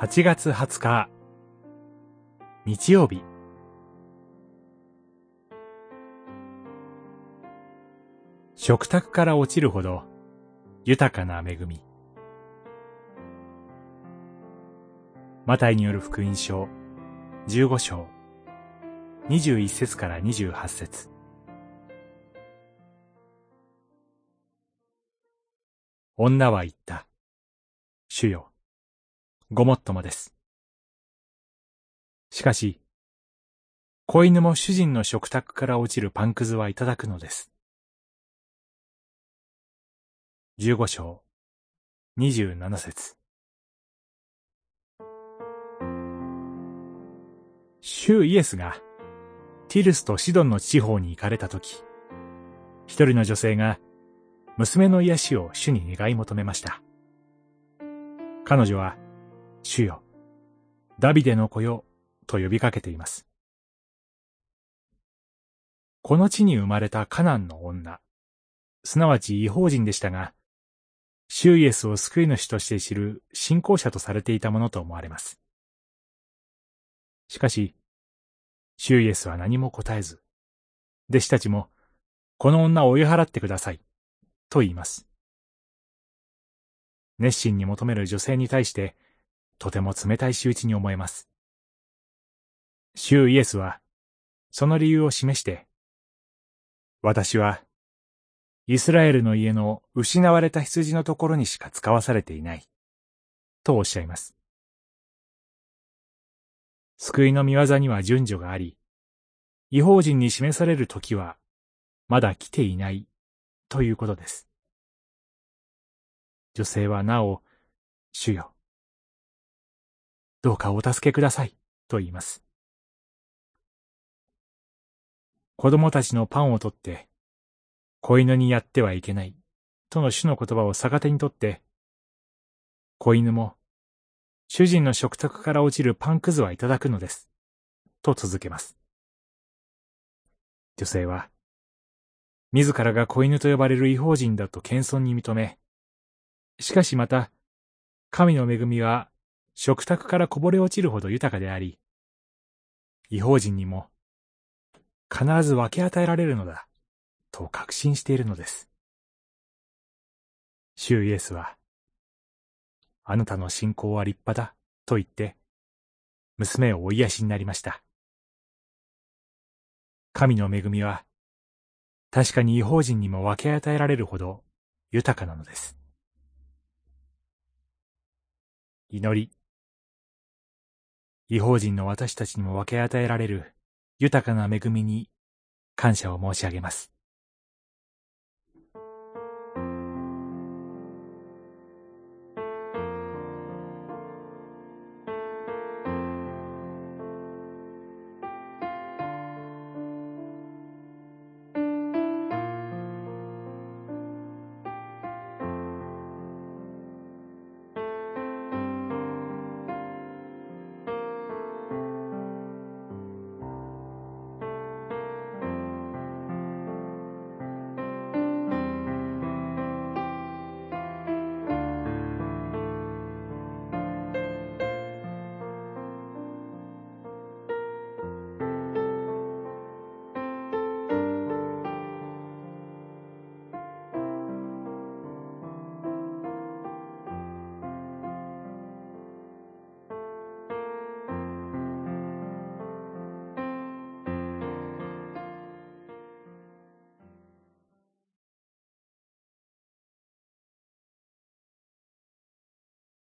8月20日日曜日。食卓から落ちるほど豊かな恵み。マタイによる福音書15章21節から28節。女は言った。主よ、ごもっともです。しかし、子犬も主人の食卓から落ちるパンくずはいただくのです。15章27節。主イエスがティルスとシドンの地方に行かれたとき、一人の女性が娘の癒しを主に願い求めました。彼女は、主よ、ダビデの子よ、と呼びかけています。この地に生まれたカナンの女、すなわち異邦人でしたが、主イエスを救い主として知る信仰者とされていたものと思われます。しかし、主イエスは何も答えず、弟子たちも、この女を追い払ってください、と言います。熱心に求める女性に対して、とても冷たい仕打ちに思えます。主イエスは、その理由を示して、私は、イスラエルの家の失われた羊のところにしか使わされていない、とおっしゃいます。救いの御業には順序があり、異邦人に示される時は、まだ来ていない、ということです。女性はなお、主よ、どうかお助けください、と言います。子供たちのパンを取って、子犬にやってはいけない、との主の言葉を逆手にとって、子犬も、主人の食卓から落ちるパンくずはいただくのです、と続けます。女性は、自らが子犬と呼ばれる異邦人だと謙遜に認め、しかしまた、神の恵みは食卓からこぼれ落ちるほど豊かであり、異邦人にも必ず分け与えられるのだ、と確信しているのです。主イエスは、あなたの信仰は立派だ、と言って、娘をお癒しになりました。神の恵みは、確かに異邦人にも分け与えられるほど豊かなのです。祈り。異邦人の私たちにも分け与えられる豊かな恵みに感謝を申し上げます。